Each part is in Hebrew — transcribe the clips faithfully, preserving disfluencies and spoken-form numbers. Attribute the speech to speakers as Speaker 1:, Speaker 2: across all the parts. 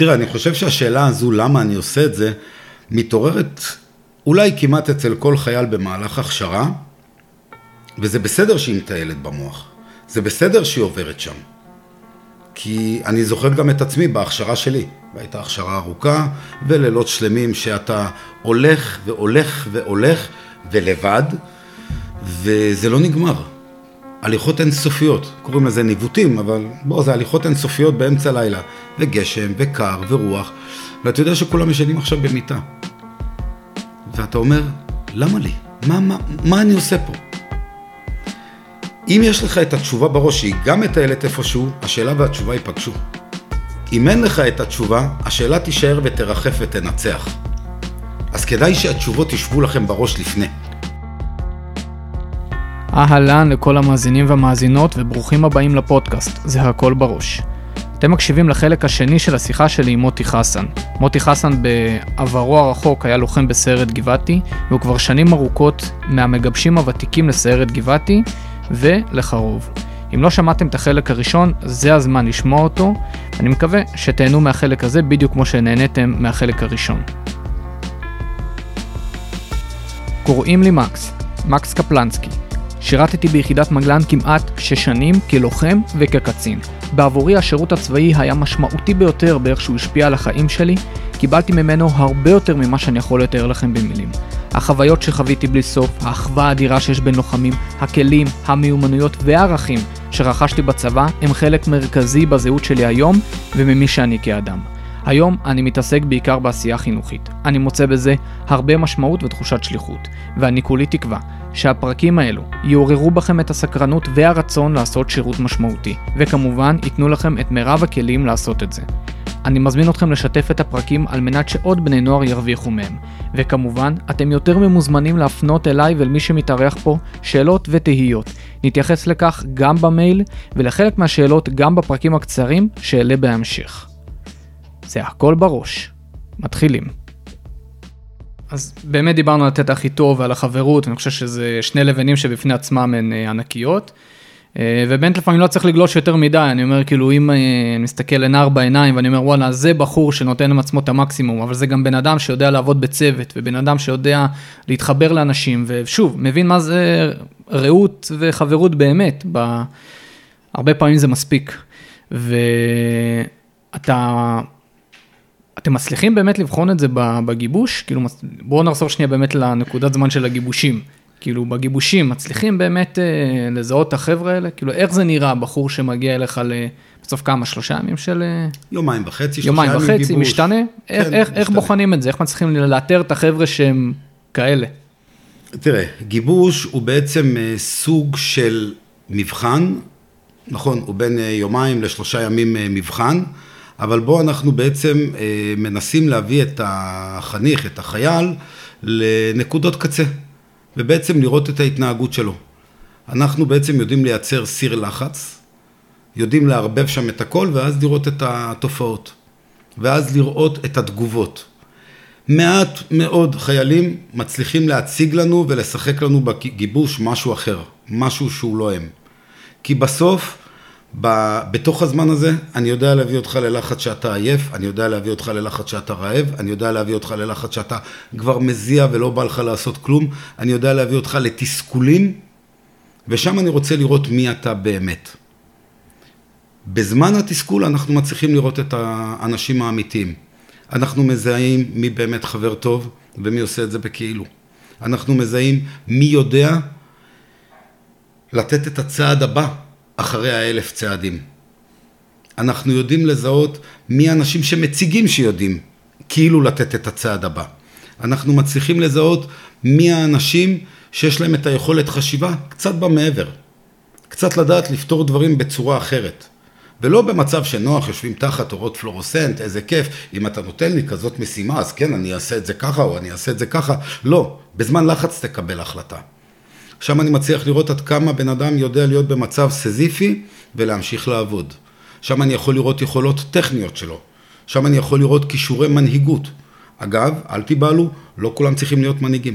Speaker 1: תראה, אני חושב שהשאלה הזו, למה אני עושה את זה, מתעוררת אולי כמעט אצל כל חייל במהלך הכשרה, וזה בסדר שהיא מטיילת במוח. זה בסדר שהיא עוברת שם. כי אני זוכר גם את עצמי בהכשרה שלי. והייתה הכשרה ארוכה ולילות שלמים שאתה הולך והולך והולך ולבד, וזה לא נגמר. הליכות אינסופיות, קוראים לזה ניווטים, אבל בוא, זה הליכות אינסופיות באמצע לילה, וגשם וקר ורוח, ואתה יודע שכולם ישנים עכשיו במיטה. ואתה אומר, למה לי? מה, מה, מה אני עושה פה? אם יש לך את התשובה בראש שהיא גם מטיילת איפשהו, השאלה והתשובה ייפגשו. אם אין לך את התשובה, השאלה תישאר ותרחף ותנצח. אז כדאי שהתשובות ישבו לכם בראש לפני.
Speaker 2: אהלן לכל המאזינים והמאזינות וברוכים הבאים לפודקאסט, זה הכל בראש. אתם מקשיבים לחלק השני של השיחה שלי עם מוטי חסן. מוטי חסן בעברו הרחוק היה לוחם בסיירת גבעתי, והוא כבר שנים ארוכות מהמגבשים הוותיקים לסיירת גבעתי ולחרוב. אם לא שמעתם את החלק הראשון, זה הזמן לשמוע אותו. אני מקווה שתהנו מהחלק הזה בדיוק כמו שנהניתם מהחלק הראשון. קוראים לי מקס, מקס קפלנסקי. שירתתי ביחידת מגלן כמעט שש שנים כלוחם וכקצין. בעבורי השירות הצבאי היה משמעותי ביותר באיך שהוא השפיע על החיים שלי. קיבלתי ממנו הרבה יותר ממה שאני יכול לתאר לכם במילים. החוויות שחוויתי בלי סוף, האחווה האדירה שיש בין לוחמים, הכלים, המיומנויות והערכים שרכשתי בצבא הם חלק מרכזי בזהות שלי היום וממי שאני כאדם. היום אני מתעסק בעיקר בעשייה חינוכית. אני מוצא בזה הרבה משמעות ותחושת שליחות, ואני כולי תקווה שהפרקים האלו יעוררו בכם את הסקרנות והרצון לעשות שירות משמעותי, וכמובן ייתנו לכם את מירב הכלים לעשות את זה. אני מזמין אתכם לשתף את הפרקים על מנת שעוד בני נוער ירוויחו מהם, וכמובן אתם יותר ממוזמנים להפנות אליי ולמי שמתארח פה שאלות ותהיות. נתייחס לכך גם במייל ולחלק מהשאלות גם בפרקים הקצרים שאלה בהמשך. זה הכל בראש. מתחילים. אז באמת דיברנו על לתת הכי טוב ועל החברות, ואני חושב שזה שני לבנים שבפני עצמם הן ענקיות, ובאמת לפעמים לא צריך לגלוש יותר מדי. אני אומר, כאילו, אם אני מסתכל לנער בעיניים ואני אומר, וואלה, זה בחור שנותן עם עצמו את המקסימום, אבל זה גם בן אדם שיודע לעבוד בצוות, ובן אדם שיודע להתחבר לאנשים, ושוב, מבין מה זה רעות וחברות באמת. הרבה פעמים זה מספיק. ואתה... אתם מצליחים באמת לבחון את זה בגיבוש? כאילו, בואו נחזור שנייה באמת לנקודת זמן של הגיבושים. כאילו, בגיבושים מצליחים באמת אה, לזהות את החבר'ה האלה? כאילו, איך זה נראה בחור שמגיע אליך בסוף כמה, שלושה ימים של...
Speaker 1: יומיים וחצי,
Speaker 2: יומיים וחצי, משתנה? כן, איך, איך, משתנה. איך בוחנים את זה? איך מצליחים לאתר את החבר'ה שהם כאלה?
Speaker 1: תראה, גיבוש הוא בעצם סוג של מבחן, נכון, הוא בין יומיים לשלושה ימים מבחן, אבל בו אנחנו בעצם מנסים להביא את החניך, את החייל, לנקודות קצה, ובעצם לראות את ההתנהגות שלו. אנחנו בעצם יודעים לייצר סיר לחץ, יודעים לערבב שם את הכל, ואז לראות את התופעות, ואז לראות את התגובות. מעט מאוד חיילים מצליחים להציג לנו ולשחק לנו בגיבוש משהו אחר, משהו שהוא לא הם. כי בסוף, בתוך הזמן הזה, אני יודע להביא אותך ללחץ שאתה עייף, אני יודע להביא אותך ללחץ שאתה רעב, אני יודע להביא אותך ללחץ שאתה כבר מזיע ולא בא לך לעשות כלום, אני יודע להביא אותך לתסכולים, ושם אני רוצה לראות מי אתה באמת. בזמן התסכול אנחנו מצליחים לראות את האנשים האמיתיים. אנחנו מזהים מי באמת חבר טוב ומי עושה את זה בכאילו. אנחנו מזהים מי יודע לתת את הצעד הבא אחרי האלף צעדים. אנחנו יודעים לזהות מי האנשים שמציגים שיודעים כאילו לתת את הצעד הבא. אנחנו מצליחים לזהות מי האנשים שיש להם את היכולת חשיבה קצת במעבר. קצת לדעת לפתור דברים בצורה אחרת. ולא במצב שנוח יושבים תחת אורות פלורוסנט, איזה כיף, אם אתה נותן לי כזאת משימה, אז כן, אני אעשה את זה ככה או אני אעשה את זה ככה. לא, בזמן לחץ תקבל החלטה. שם אני מצליח לראות עד כמה בן אדם יודע להיות במצב סזיפי ולהמשיך לעבוד. שם אני יכול לראות יכולות טכניות שלו. שם אני יכול לראות כישורי מנהיגות. אגב, אל תיבהלו, לא כולם צריכים להיות מנהיגים.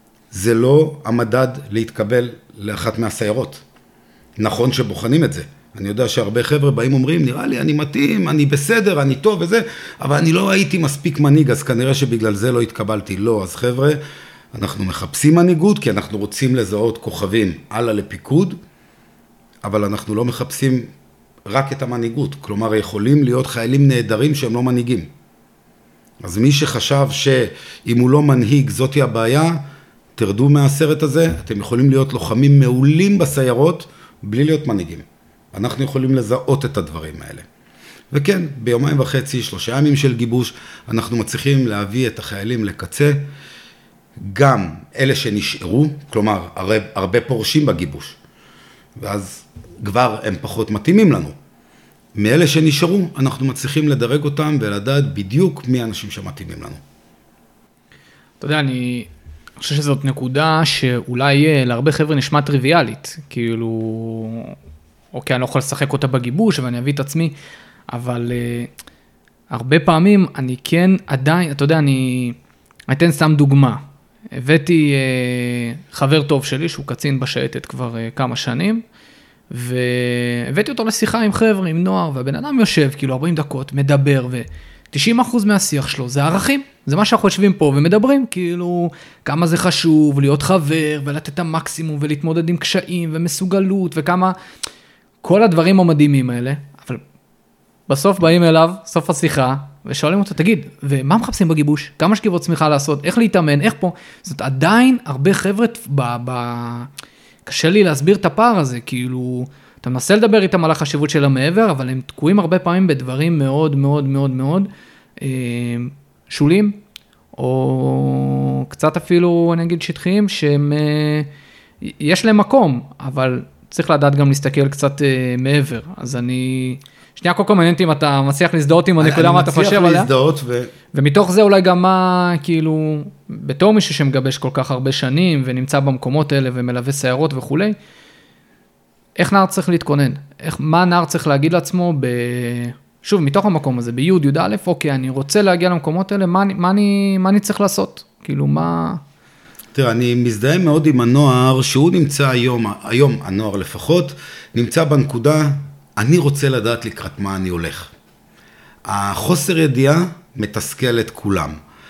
Speaker 1: זה לא המדד להתקבל לאחת מהסיירות. נכון שבוחנים את זה, אני יודע שהרבה חבר'ה באים אומרים, נראה לי אני מתאים, אני בסדר, אני טוב וזה, אבל אני לא הייתי מספיק מנהיג, אז כנראה שבגלל זה לא התקבלתי. לא, אז חבר'ה, אנחנו מחפשים מנהיגות, כי אנחנו רוצים לזהות כוכבים הלאה לפיקוד, אבל אנחנו לא מחפשים רק את המנהיגות. כלומר, יכולים להיות חיילים נהדרים שהם לא מנהיגים. אז מי שחשב שאם הוא לא מנהיג, זאת היא הבעיה, תרדו מהסרט הזה, אתם יכולים להיות לוחמים מעולים בסיירות, בלי להיות מנהיגים. אנחנו יכולים לזהות את הדברים האלה. וכן, ביומיים וחצי, שלושה ימים של גיבוש, אנחנו מצליחים להביא את החיילים לקצה, גם אלה שנשארו, כלומר, הרבה, הרבה פורשים בגיבוש, ואז כבר הם פחות מתאימים לנו. מאלה שנשארו, אנחנו מצליחים לדרג אותם ולדעת בדיוק מי האנשים שמתאימים לנו.
Speaker 2: אתה יודע, אני חושב שזאת נקודה שאולי להרבה חבר'ה נשמע טריוויאלית, כאילו, אוקיי, אני לא יכול לשחק אותה בגיבוש ואני אביא את עצמי, אבל uh, הרבה פעמים אני כן עדיין, אתה יודע, אני אתן סתם דוגמה. הבאתי uh, חבר טוב שלי, שהוא קצין בשייטת כבר uh, כמה שנים, והבאתי אותו לשיחה עם חבר'ה, עם נוער, והבן אדם יושב כאילו ארבעים דקות, מדבר, ו-תשעים אחוז מהשיח שלו זה ערכים, זה מה שאנחנו יושבים פה ומדברים, כאילו כמה זה חשוב להיות חבר, ולתת את המקסימום, ולהתמודד עם קשיים, ומסוגלות, וכמה, כל הדברים המדהימים האלה, אבל בסוף באים אליו, סוף השיחה, ושואלים אותו, תגיד, ומה מחפשים בגיבוש? כמה שכיבות צמיחה לעשות? איך להתאמן? איך פה? זאת עדיין הרבה חבר'ה ב... ב... קשה לי להסביר את הפער הזה, כאילו, אתה מנסה לדבר איתם על החשיבות של המעבר, אבל הם תקועים הרבה פעמים בדברים מאוד מאוד מאוד מאוד אה, שולים, או קצת אפילו, אני אגיד, שטחיים, שהם, אה, יש להם מקום, אבל צריך לדעת גם להסתכל קצת אה, מעבר. אז אני, שנייה, כל כך מעניין אם אתה מצליח להזדהות עם הנקודה, מה אתה חושב עליה?
Speaker 1: אני מצליח להזדהות ו...
Speaker 2: ומתוך זה אולי גם מה, כאילו, בתור מישהו שמגבש כל כך הרבה שנים, ונמצא במקומות האלה, ומלווה סיירות וכו', איך נער צריך להתכונן? איך, מה נער צריך להגיד לעצמו, ב... שוב, מתוך המקום הזה, בי' י' א', אוקיי, אני רוצה להגיע למקומות האלה, מה, מה, אני, מה אני צריך לעשות? כאילו, מה...
Speaker 1: תראה, אני מזדהה מאוד עם הנוער, שהוא נמצא היום, היום הנוער לפחות, נמצא בנקודה, אני רוצה לדעת לקראת מה אני הולך. החוסר ידיעה מתסכל את כולם.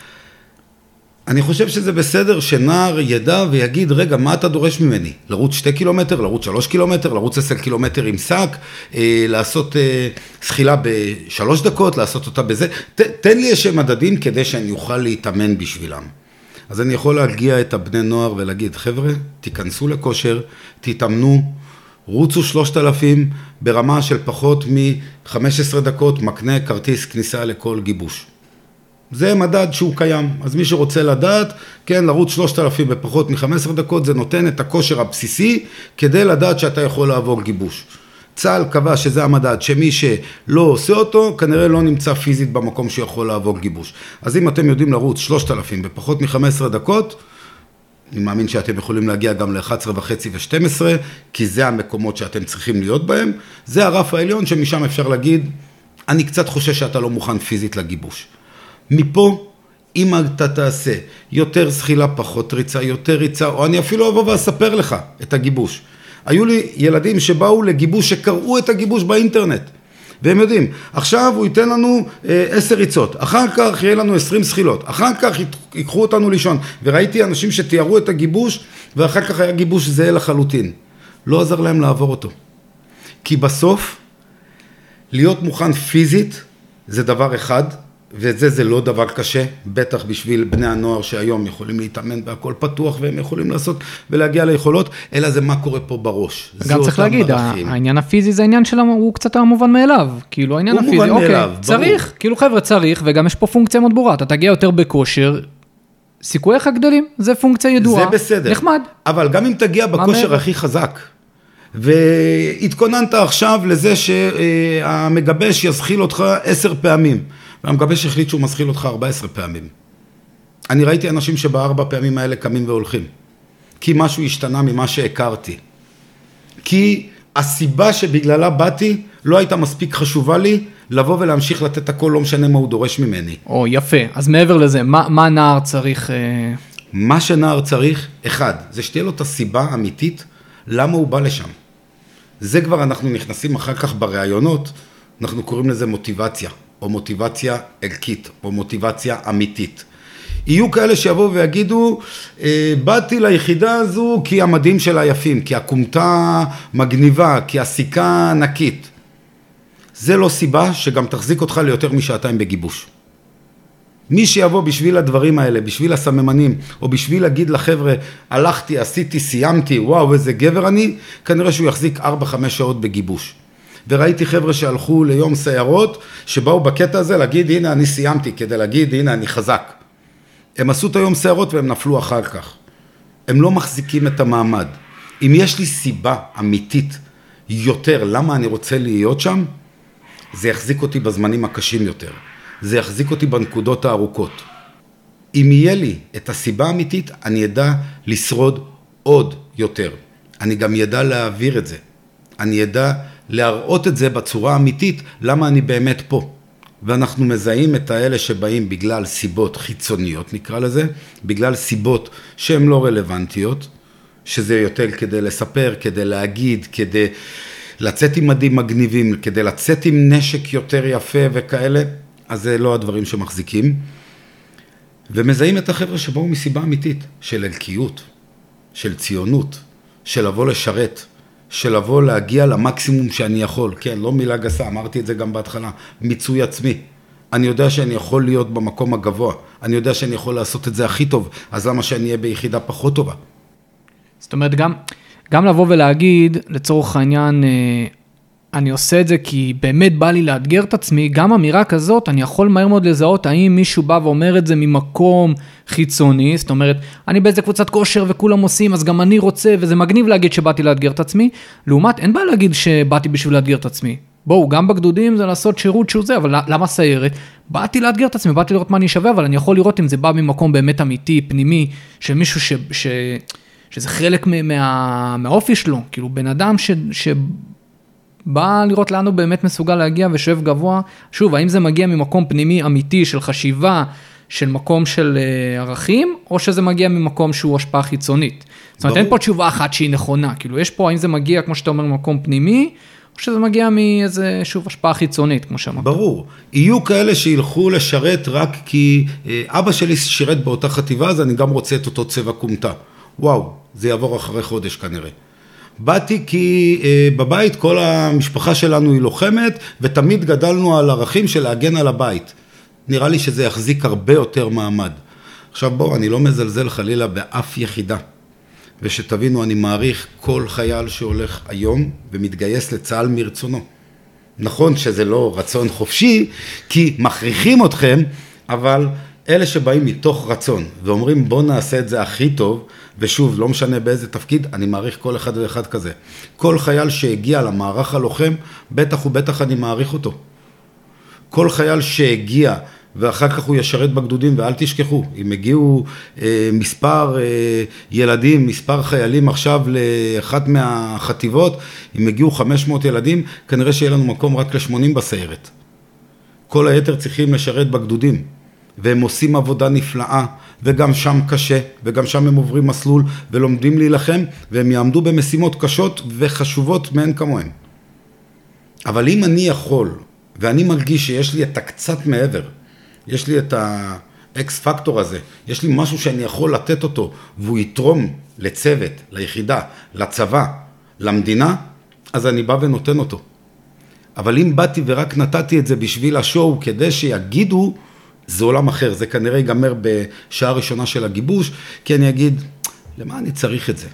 Speaker 1: אני חושב שזה בסדר שנער ידע ויגיד, רגע, מה אתה דורש ממני? לרוץ שתי קילומטר, לרוץ שלוש קילומטר, לרוץ עשר קילומטר עם סק, אה, לעשות אה, שחילה בשלוש דקות, לעשות אותה בזה. ת, תן לי איזה מדדים כדי שאני אוכל להתאמן בשבילם. אז אני יכול להגיע את הבני נוער ולהגיד, חבר'ה, תיכנסו לכושר, תתאמנו, רוצו שלושת אלפים ברמה של פחות מ-חמש עשרה דקות, מקנה כרטיס כניסה לכל גיבוש. זה מדד שהוא קיים, אז מי שרוצה לדעת, כן, לרוץ שלושת אלפים בפחות מ-חמש עשרה דקות, זה נותן את הכושר הבסיסי, כדי לדעת שאתה יכול לעבור גיבוש. צה"ל קבע שזה המדד, שמי שלא עושה אותו, כנראה לא נמצא פיזית במקום שיכול לעבור גיבוש. אז אם אתם יודעים לרוץ שלושת אלפים בפחות מ-חמש עשרה דקות, אני מאמין שאתם יכולים להגיע גם ל-אחת עשרה וחצי ו-שתים עשרה, כי זה המקומות שאתם צריכים להיות בהם. זה הרף העליון שמשם אפשר להגיד, אני קצת חושש שאתה לא מוכן פיזית לגיבוש. מפה, אם אתה תעשה יותר שחילה, פחות ריצה, יותר ריצה, או אני אפילו אבוא ואספר לך את הגיבוש. היו לי ילדים שבאו לגיבוש, שקראו את הגיבוש באינטרנט. והם יודעים, עכשיו הוא ייתן לנו עשר ריצות, אחר כך יהיה לנו עשרים שחילות, אחר כך ייקחו אותנו לישון. וראיתי אנשים שתיארו את הגיבוש, ואחר כך היה גיבוש זהה לחלוטין. לא עזר להם לעבור אותו. כי בסוף, להיות מוכן פיזית, זה דבר אחד, וזה זה לא דבר קשה, בטח בשביל בני הנוער שהיום יכולים להתאמן בהכל פתוח, והם יכולים לעשות ולהגיע ליכולות, אלא זה מה קורה פה בראש.
Speaker 2: גם צריך להגיד, העניין הפיזי זה העניין שלנו, הוא קצת המובן מאליו, כאילו העניין הפיזי,
Speaker 1: הוא מובן מאליו, ברור.
Speaker 2: צריך, כאילו חבר'ה צריך, וגם יש פה פונקציה מאוד ברורה, אתה תגיע יותר בכושר, סיכוייך גדלים, זה פונקציה ידועה,
Speaker 1: זה בסדר.
Speaker 2: נחמד.
Speaker 1: אבל גם אם תגיע בכושר הכי חזק, והתכוננת עכשיו לזה שהמגבש יזחיל אותך עשר פעמים, והמגבש החליט שהוא מסחיל אותך ארבע עשרה פעמים. אני ראיתי אנשים שבארבע פעמים האלה קמים והולכים. כי משהו השתנה ממה שהכרתי. כי הסיבה שבגללה באתי לא הייתה מספיק חשובה לי לבוא ולהמשיך לתת הכל, לא משנה מה הוא דורש ממני.
Speaker 2: או, יפה. אז מעבר לזה, מה, מה נער צריך?
Speaker 1: מה שנער צריך, אחד, זה שתהיה לו את הסיבה האמיתית למה הוא בא לשם. זה כבר אנחנו נכנסים אחר כך ברעיונות, אנחנו קוראים לזה מוטיבציה, או מוטיבציה ערכית, או מוטיבציה אמיתית. יהיו כאלה שיבואו ויגידו, באתי ליחידה הזו כי המדים שלה יפים, כי הקומתה מגניבה, כי הסיכה ענקית. זה לא סיבה שגם תחזיק אותך ליותר משעתיים בגיבוש. מי שיבוא בשביל הדברים האלה, בשביל הסממנים, או בשביל להגיד לחבר'ה, הלכתי, עשיתי, סיימתי, וואו, איזה גבר אני, כנראה שהוא יחזיק ארבע חמש שעות בגיבוש. וראיתי חבר'ה שהלכו ליום סיירות, שבאו בקטע הזה להגיד, הנה אני סיימתי, כדי להגיד, הנה אני חזק. הם עשו את היום סיירות והם נפלו אחר כך. הם לא מחזיקים את המעמד. אם יש לי סיבה אמיתית יותר למה אני רוצה להיות שם, זה יחזיק אותי בזמנים הקשים יותר. זה יחזיק אותי בנקודות הארוכות. אם יהיה לי את הסיבה האמיתית, אני ידע לשרוד עוד יותר. אני גם ידע להעביר את זה. אני ידע להראות את זה בצורה האמיתית, למה אני באמת פה. ואנחנו מזהים את האלה שבאים בגלל סיבות חיצוניות, נקרא לזה, בגלל סיבות שהן לא רלוונטיות, שזה יותר כדי לספר, כדי להגיד, כדי לצאת עם מדים מגניבים, כדי לצאת עם נשק יותר יפה וכאלה, אז זה לא הדברים שמחזיקים. ומזהים את החבר'ה שבאו מסיבה אמיתית, של ערכיות, של ציונות, של לבוא לשרת, של לבוא להגיע למקסימום שאני יכול. כן, לא מילה גסה, אמרתי את זה גם בהתחלה, מיצוי עצמי. אני יודע שאני יכול להיות במקום הגבוה, אני יודע שאני יכול לעשות את זה הכי טוב, אז למה שאני אהיה ביחידה פחות טובה?
Speaker 2: זאת אומרת, גם, גם לבוא ולהגיד, לצורך העניין, אני עושה את זה כי באמת בא לי לאתגר את עצמי, גם אמירה כזאת, אני יכול מהר מאוד לזהות, האם מישהו בא ואומר את זה ממקום חיצוני, זאת אומרת, אני באיזה קבוצת כושר וכולם עושים, אז גם אני רוצה, וזה מגניב להגיד שבאתי לאתגר את עצמי, לעומת, אין בעיה להגיד שבאתי בשביל לאתגר את עצמי. בואו, גם בגדודים זה לעשות שירות שהוא זה, אבל למה סיירת? באתי לאתגר את עצמי, באתי לראות מה אני שווה, אבל אני יכול לראות אם זה בא ממקום באמת אמיתי, פנימי, של מישהו ש, ש, שזה חלק מה, מהאופי שלו, כאילו בן אדם ש, ש בא לראות לאן הוא באמת מסוגל להגיע ושואף גבוה. שוב, האם זה מגיע ממקום פנימי אמיתי של חשיבה, של מקום של ערכים, או שזה מגיע ממקום שהוא השפעה חיצונית? זאת אומרת, אין פה תשובה אחת שהיא נכונה. כאילו, יש פה, האם זה מגיע, כמו שאתה אומר, ממקום פנימי, או שזה מגיע מאיזה, שוב, השפעה חיצונית, כמו שאמרת.
Speaker 1: ברור. יהיו כאלה שילכו לשרת רק כי אבא שלי שירת באותה חטיבה, אז אני גם רוצה את אותו צבע קומתה. וואו, זה יעבור אחרי חודש כנראה. באתי כי בבית כל המשפחה שלנו היא לוחמת, ותמיד גדלנו על ערכים של להגן על הבית. נראה לי שזה יחזיק הרבה יותר מעמד. עכשיו בואו, אני לא מזלזל חלילה באף יחידה. ושתבינו, אני מעריך כל חייל שהולך היום ומתגייס לצה"ל מרצונו. נכון שזה לא רצון חופשי, כי מכריחים אתכם, אבל אלה שבאים מתוך רצון ואומרים בוא נעשה את זה הכי טוב, ושוב, לא משנה באיזה תפקיד, אני מעריך כל אחד ואחד כזה. כל חייל שהגיע למערך הלוחם, בטח ובטח אני מעריך אותו. כל חייל שהגיע ואחר כך הוא ישרת בגדודים, ואל תשכחו, אם הגיעו אה, מספר אה, ילדים, מספר חיילים עכשיו לאחת מהחטיבות, אם הגיעו חמש מאות ילדים, כנראה שיהיה לנו מקום רק ל-שמונים בסיירת. כל היתר צריכים לשרת בגדודים, והם עושים עבודה נפלאה, וגם שם קשה, וגם שם הם עוברים מסלול, ולומדים להילחם, והם יעמדו במשימות קשות וחשובות מהן כמוהם. אבל אם אני יכול, ואני מרגיש שיש לי את הקצת מעבר, יש לי את האקס פקטור הזה, יש לי משהו שאני יכול לתת אותו, והוא יתרום לצוות, ליחידה, לצבא, למדינה, אז אני בא ונותן אותו. אבל אם באתי ורק נתתי את זה בשביל השואו, כדי שיגידו, זה עולם אחר, זה כנראה ייגמר בשעה הראשונה של הגיבוש, כי אני אגיד, למה אני צריך את זה?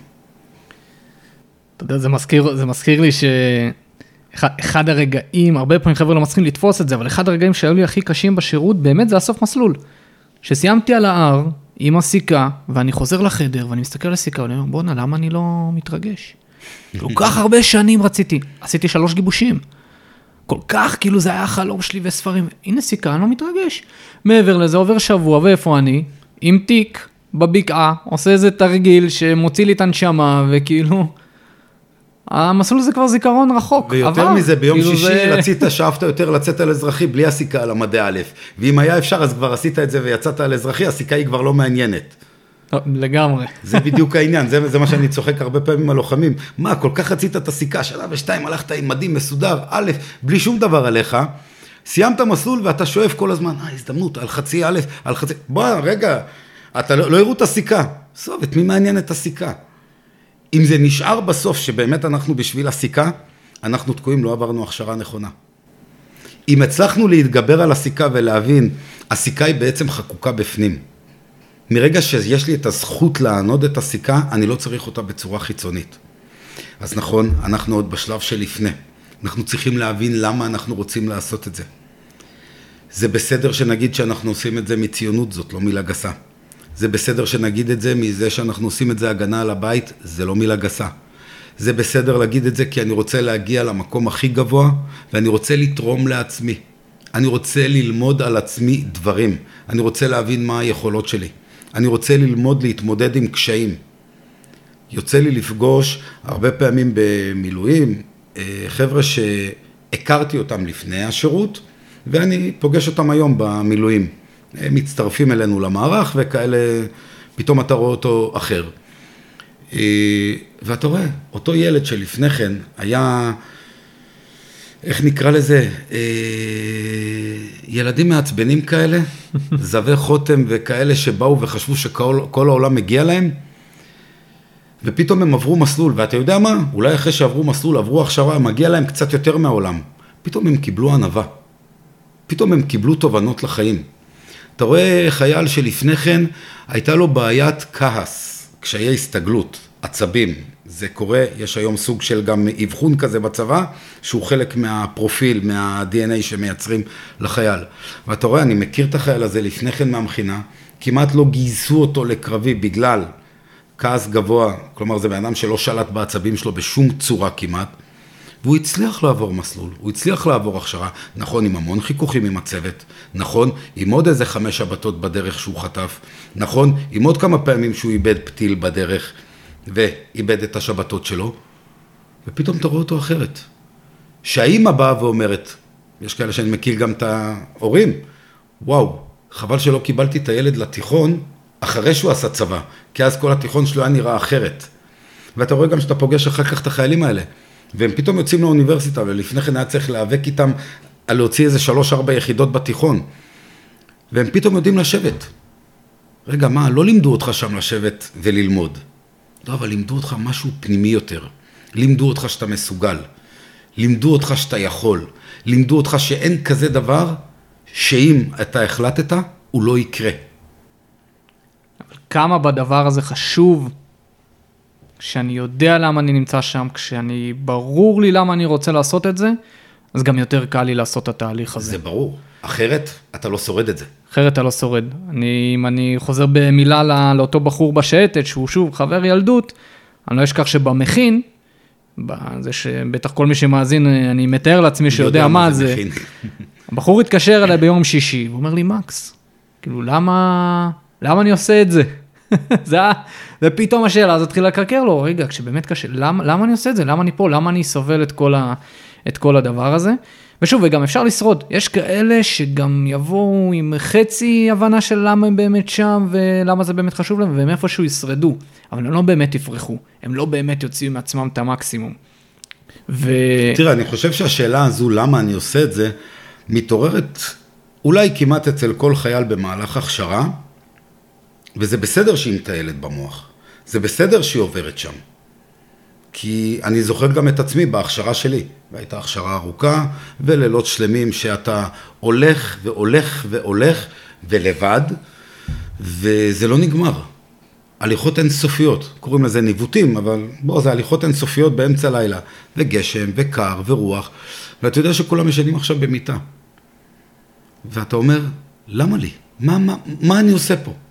Speaker 2: אתה יודע, זה מזכיר, זה מזכיר לי ש... אחד, אחד הרגעים, הרבה פעמים חבר'ה לא מצליחים לתפוס את זה, אבל אחד הרגעים שהיו לי הכי קשים בשירות, באמת זה הסוף מסלול. שסיימתי על ההר עם הסיכה, ואני חוזר לחדר, ואני מסתכל על הסיכה, ואני אומר, בוא'נה, למה אני לא מתרגש? כל כך הרבה שנים רציתי, עשיתי שלוש גיבושים. כל כך, כאילו זה היה החלום שלי וספרים. הנה סיכה, אני לא מתרגש. מעבר לזה, עובר שבוע, ואיפה אני? עם תיק, בבקעה, עושה איזה תרגיל שמוציא לי את הנשמה, וכאילו... המסלול הזה כבר זיכרון רחוק.
Speaker 1: ויותר עבר, מזה, ביום כאילו שישי זה... רצית, שאפת יותר לצאת על אזרחי, בלי הסיכה על המדע א', ואם היה אפשר, אז כבר עשית את זה ויצאת על אזרחי, הסיכה היא כבר לא מעניינת.
Speaker 2: לגמרי.
Speaker 1: זה בדיוק העניין, זה, זה מה שאני צוחק הרבה פעמים על לוחמים. מה, כל כך רצית את הסיכה, שנה ושתיים, הלכת עם מדים מסודר, א', בלי שום דבר עליך, סיימת מסלול ואתה שואף כל הזמן, אה, הזדמנות, על חצי א', על חצי, בוא, רגע, אתה לא, לא הראו את הסיכה. בסוף, את מי מעניין את הסיכה? אם זה נשאר בסוף שבאמת אנחנו בשביל הסיכה, אנחנו תקועים, לא עברנו הכשרה נכונה. אם הצלחנו להתגבר על הסיכה ולהבין, הסיכה היא בעצם חקוקה בפנים. מרגע שיש לי את הזכות לענוד את הסיכה, אני לא צריך אותה בצורה חיצונית. אז נכון, אנחנו עוד בשלב שלפני. אנחנו צריכים להבין למה אנחנו רוצים לעשות את זה. זה בסדר שנגיד שאנחנו עושים את זה מציונות, זאת לא מילה גסה. זה בסדר שנגיד את זה מזה שאנחנו עושים את זה הגנה על הבית, זה לא מילה גסה. זה בסדר להגיד את זה כי אני רוצה להגיע למקום הכי גבוה, ואני רוצה לתרום לעצמי. אני רוצה ללמוד על עצמי דברים. אני רוצה להבין מה היכולות שלי. אני רוצה ללמוד להתמודד עם קשיים. יוצא לי לפגוש הרבה פעמים במילואים, חבר'ה שהכרתי אותם לפני השירות, ואני פוגש אותם היום במילואים. הם מצטרפים אלינו למערך, וכאלה פתאום אתה רואה אותו אחר. ואתה רואה, אותו ילד שלפני כן היה, איך נקרא לזה, ילדים מעצבנים כאלה, זווה חותם וכאלה שבאו וחשבו שכל העולם מגיע להם, ופתאום הם עברו מסלול, ואתה יודע מה? אולי אחרי שעברו מסלול, עברו הכשרה, מגיע להם קצת יותר מהעולם. פתאום הם קיבלו ענווה. פתאום הם קיבלו תובנות לחיים. אתה רואה חייל שלפני כן הייתה לו בעיית כעס, קשיי הסתגלות, עצבים. זה קורה, יש היום סוג של גם אבחון כזה בצבא, שהוא חלק מהפרופיל, מה-די אן איי שמייצרים לחייל. ואתה רואה, אני מכיר את החייל הזה לפני כן מהמכינה, כמעט לא גייסו אותו לקרבי בגלל כעס גבוה, כלומר זה באדם שלא שלט בעצבים שלו בשום צורה כמעט, והוא הצליח לעבור מסלול, הוא הצליח לעבור הכשרה, נכון, עם המון חיכוכים עם הצוות, נכון, עם עוד איזה חמש שבתות בדרך שהוא חטף, נכון, עם עוד כמה פעמים שהוא איבד פתיל בדרך, ואיבד את השבתות שלו, ופתאום אתה רואה אותו אחרת. שהאימא באה ואומרת, יש כאלה שאני מכיר גם את ההורים, וואו, חבל שלא קיבלתי את הילד לתיכון, אחרי שהוא עשה צבא, כי אז כל התיכון שלו היה נראה אחרת. ואתה רואה גם שאתה פוגש אחר כך את החיילים האלה, והם פתאום יוצאים לאוניברסיטה, ולפני כן היה צריך להיאבק איתם על להוציא איזה שלוש ארבע יחידות בתיכון, והם פתאום יודעים לשבת. רגע, מה, לא לימדו אותך שם לשבת וללמוד. לא, אבל לימדו אותך משהו פנימי יותר. לימדו אותך שאתה מסוגל. לימדו אותך שאתה יכול. לימדו אותך שאין כזה דבר, שאם אתה החלטת, הוא לא יקרה.
Speaker 2: אבל כמה בדבר הזה חשוב, כשאני יודע למה אני נמצא שם, כשאני ברור לי למה אני רוצה לעשות את זה, אז גם יותר קל לי לעשות את התהליך הזה.
Speaker 1: זה ברור. אחרת, אתה לא שורד את זה.
Speaker 2: אחרת אתה לא שורד. אני, אם אני חוזר במילה לא, לאותו בחור בשייטת, שהוא שוב חבר ילדות, אני לא אשכח שבמכין, זה שבטח כל מי שמאזין, אני מתאר לעצמי שיודע מה זה. הבחור התקשר אליי ביום שישי, הוא אומר לי, מקס, כאילו, למה, למה אני עושה את זה? זה, ופתאום השאלה הזאת התחילה לקרקר לו, רגע, כשבאמת קשה, למה, למה אני עושה את זה? למה אני פה? למה אני סובל את כל, ה, את כל הדבר הזה? ושוב, וגם אפשר לשרוד. יש כאלה שגם יבואו עם חצי הבנה של למה הם באמת שם, ולמה זה באמת חשוב להם, והם איפשהו ישרדו. אבל הם לא באמת יפרחו. הם לא באמת יוציאו מעצמם את המקסימום. ו...
Speaker 1: תראה, אני חושב שהשאלה הזו, למה אני עושה את זה, מתעוררת אולי כמעט אצל כל חייל במהלך הכשרה, וזה בסדר שהיא מטיילת במוח. זה בסדר שהיא עוברת שם. כי אני זוכר גם את עצמי בהכשרה שלי. והייתה הכשרה ארוכה ולילות שלמים שאתה הולך והולך והולך ולבד, וזה לא נגמר. הליכות אינסופיות, קוראים לזה ניווטים, אבל בוא, זה הליכות אינסופיות באמצע לילה, וגשם וקר ורוח, ואתה יודע שכולם ישנים עכשיו במיטה. ואתה אומר, למה לי? מה, מה, מה אני עושה פה?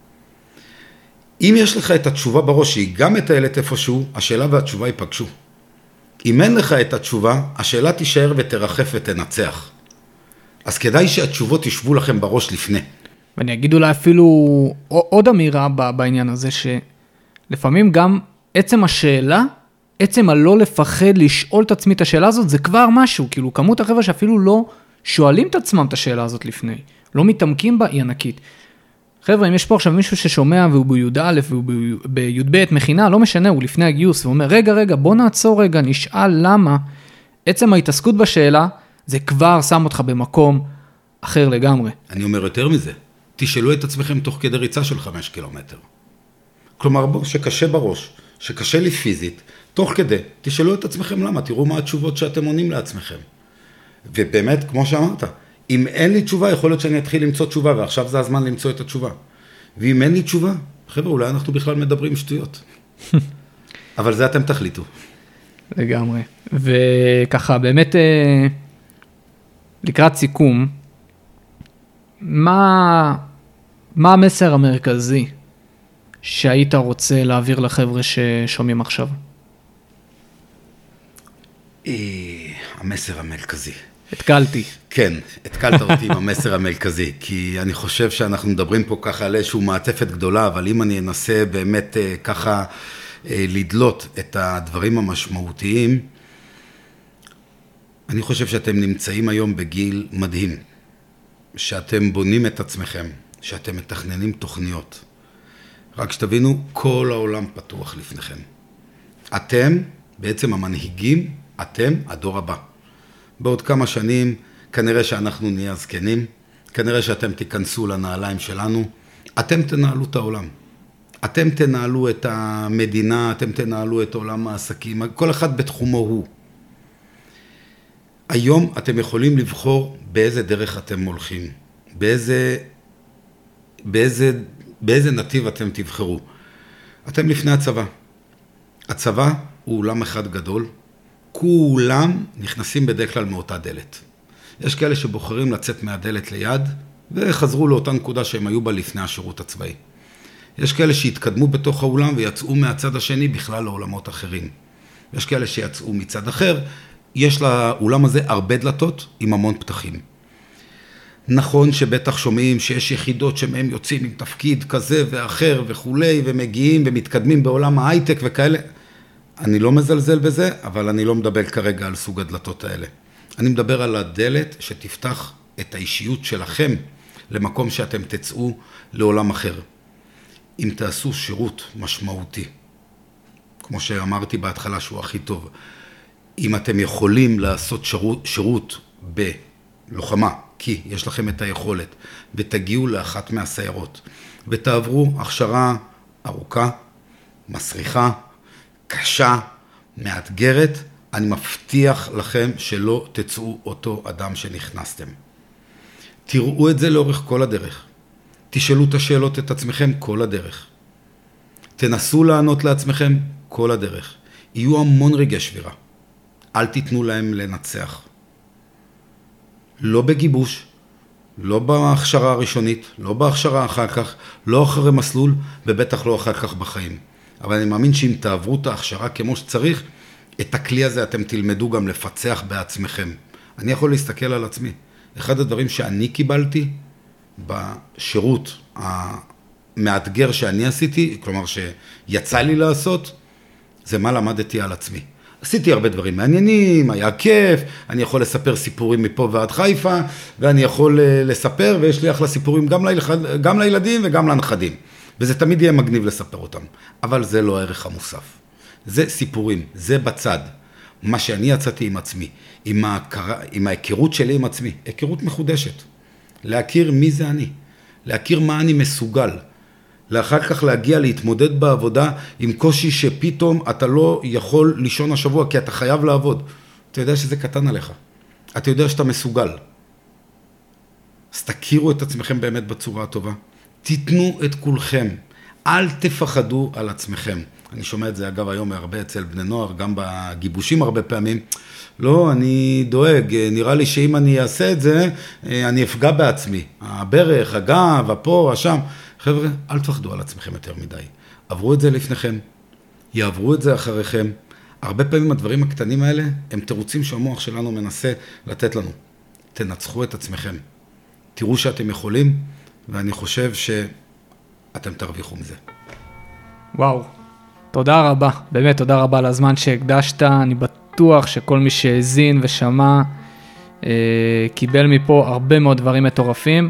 Speaker 1: אם יש לך את התשובה בראש שהיא גם מטיילת איפשהו, השאלה והתשובה ייפגשו. אם אין לך את התשובה, השאלה תישאר ותרחף ותנצח. אז כדאי שהתשובות ישבו לכם בראש לפני.
Speaker 2: ואני אגיד אולי אפילו עוד אמירה בעניין הזה, שלפעמים גם עצם השאלה, עצם הלא לפחד לשאול את עצמי את השאלה הזאת, זה כבר משהו, כאילו כמות החבר'ה שאפילו לא שואלים את עצמם את השאלה הזאת לפני, לא מתעמקים בה, היא ענקית. חבר'ה, אם יש פה עכשיו מישהו ששומע והוא בי"א והוא בי"ב מכינה, לא משנה, הוא לפני הגיוס, ואומר, רגע, רגע, בוא נעצור רגע, נשאל למה, עצם ההתעסקות בשאלה, זה כבר שם אותך במקום אחר לגמרי.
Speaker 1: אני אומר יותר מזה, תשאלו את עצמכם תוך כדי ריצה של חמש קילומטר. כלומר, בוא, שקשה בראש, שקשה לי פיזית, תוך כדי, תשאלו את עצמכם למה, תראו מה התשובות שאתם עונים לעצמכם. ובאמת, כמו שאמרת, אם אין לי תשובה, יכול להיות שאני אתחיל למצוא תשובה, ועכשיו זה הזמן למצוא את התשובה. ואם אין לי תשובה, חבר'ה, אולי אנחנו בכלל מדברים שטויות. אבל זה אתם תחליטו.
Speaker 2: לגמרי. וככה, באמת, לקראת סיכום, מה, מה המסר המרכזי שהיית רוצה להעביר לחבר'ה ששומעים עכשיו?
Speaker 1: המסר המרכזי.
Speaker 2: התקלתי.
Speaker 1: כן, התקלת אותי עם המסר המרכזי, כי אני חושב שאנחנו מדברים פה ככה על איזשהו מעטפת גדולה, אבל אם אני אנסה באמת ככה לדלות את הדברים המשמעותיים, אני חושב שאתם נמצאים היום בגיל מדהים, שאתם בונים את עצמכם, שאתם מתכננים תוכניות. רק שתבינו, כל העולם פתוח לפניכם. אתם, בעצם המנהיגים, אתם הדור הבא. בעוד כמה שנים, כנראה שאנחנו נהיה הזקנים, כנראה שאתם תיכנסו לנעליים שלנו, אתם תנהלו את העולם. אתם תנהלו את המדינה, אתם תנהלו את עולם העסקים, כל אחד בתחומו הוא. היום אתם יכולים לבחור באיזה דרך אתם הולכים, באיזה, באיזה, באיזה נתיב אתם תבחרו. אתם לפני הצבא. הצבא הוא עולם אחד גדול, כולם נכנסים בדרך כלל מאותה דלת. יש כאלה שבוחרים לצאת מהדלת ליד, וחזרו לאותה נקודה שהם היו בה לפני השירות הצבאי. יש כאלה שהתקדמו בתוך האולם ויצאו מהצד השני בכלל לעולמות אחרים. יש כאלה שיצאו מצד אחר, יש לאולם הזה הרבה דלתות עם המון פתחים. נכון שבטח שומעים שיש יחידות שמהם יוצאים עם תפקיד כזה ואחר וכולי, ומגיעים ומתקדמים בעולם ההייטק וכאלה. אני לא מזלזל בזה, אבל אני לא מדבר כרגע על סוג הדלתות האלה. אני מדבר על הדלת שתפתח את האישיות שלכם למקום שאתם תצאו לעולם אחר. אם תעשו שירות משמעותי, כמו שאמרתי בהתחלה שהוא הכי טוב, אם אתם יכולים לעשות שירות, שירות בלוחמה, כי יש לכם את היכולת, ותגיעו לאחת מהסיירות, ותעברו הכשרה ארוכה, מסריחה, קשה, מאתגרת, אני מבטיח לכם שלא תצאו אותו אדם שנכנסתם. תראו את זה לאורך כל הדרך. תשאלו את השאלות את עצמכם כל הדרך. תנסו לענות לעצמכם כל הדרך. יהיו המון רגעי שבירה. אל תיתנו להם לנצח. לא בגיבוש, לא בהכשרה הראשונית, לא בהכשרה אחר כך, לא אחרי מסלול, ובטח לא אחר כך בחיים. אבל אני מאמין שאם תעברו את ההכשרה כמו שצריך, את הכלי הזה אתם תלמדו גם לפצח בעצמכם. אני יכול להסתכל על עצמי. אחד הדברים שאני קיבלתי בשירות המאתגר שאני עשיתי, כלומר שיצא לי לעשות, זה מה למדתי על עצמי. עשיתי הרבה דברים מעניינים, היה כיף, אני יכול לספר סיפורים מפה ועד חיפה, ואני יכול לספר, ויש לי אחלה סיפורים גם, לילד, גם לילדים וגם לנכדים. וזה תמיד יהיה מגניב לספר אותם. אבל זה לא הערך המוסף. זה סיפורים, זה בצד. מה שאני יצאתי עם עצמי, עם, ההכרה, עם ההיכרות שלי עם עצמי, היכרות מחודשת. להכיר מי זה אני, להכיר מה אני מסוגל. לאחר כך להגיע להתמודד בעבודה עם קושי שפתאום אתה לא יכול לישון השבוע, כי אתה חייב לעבוד. אתה יודע שזה קטן עליך. אתה יודע שאתה מסוגל. אז תכירו את עצמכם באמת בצורה הטובה. תיתנו את כולכם. אל תפחדו על עצמכם. אני שומע את זה אגב היום הרבה אצל בני נוער, גם בגיבושים הרבה פעמים. לא, אני דואג, נראה לי שאם אני אעשה את זה, אני אפגע בעצמי. הברך, הגב, הפה, השם. חבר'ה, אל תפחדו על עצמכם יותר מדי. עברו את זה לפניכם, יעברו את זה אחריכם. הרבה פעמים הדברים הקטנים האלה הם תירוצים שהמוח שלנו מנסה לתת לנו. תנצחו את עצמכם. תראו שאתם יכולים, ואני חושב שאתם תרוויחו מזה.
Speaker 2: וואו, תודה רבה. באמת תודה רבה על הזמן שהקדשת. אני בטוח שכל מי שהזין ושמע, קיבל מפה הרבה מאוד דברים מטורפים.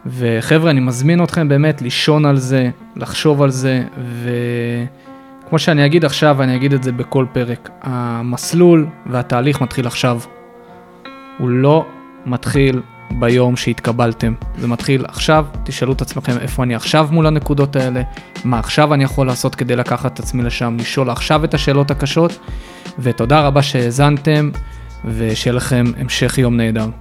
Speaker 2: וחבר'ה, אני מזמין אתכם באמת לישון על זה, לחשוב על זה, וכמו שאני אגיד עכשיו, אני אגיד את זה בכל פרק, המסלול והתהליך מתחיל עכשיו. הוא לא מתחיל ביום שהתקבלתם, זה מתחיל עכשיו. תשאלו את עצמכם איפה אני עכשיו מול הנקודות האלה, מה עכשיו אני יכול לעשות כדי לקחת את עצמי לשם, לשאול עכשיו את השאלות הקשות, ותודה רבה שהאזנתם, ושיהיה לכם המשך יום נהדר.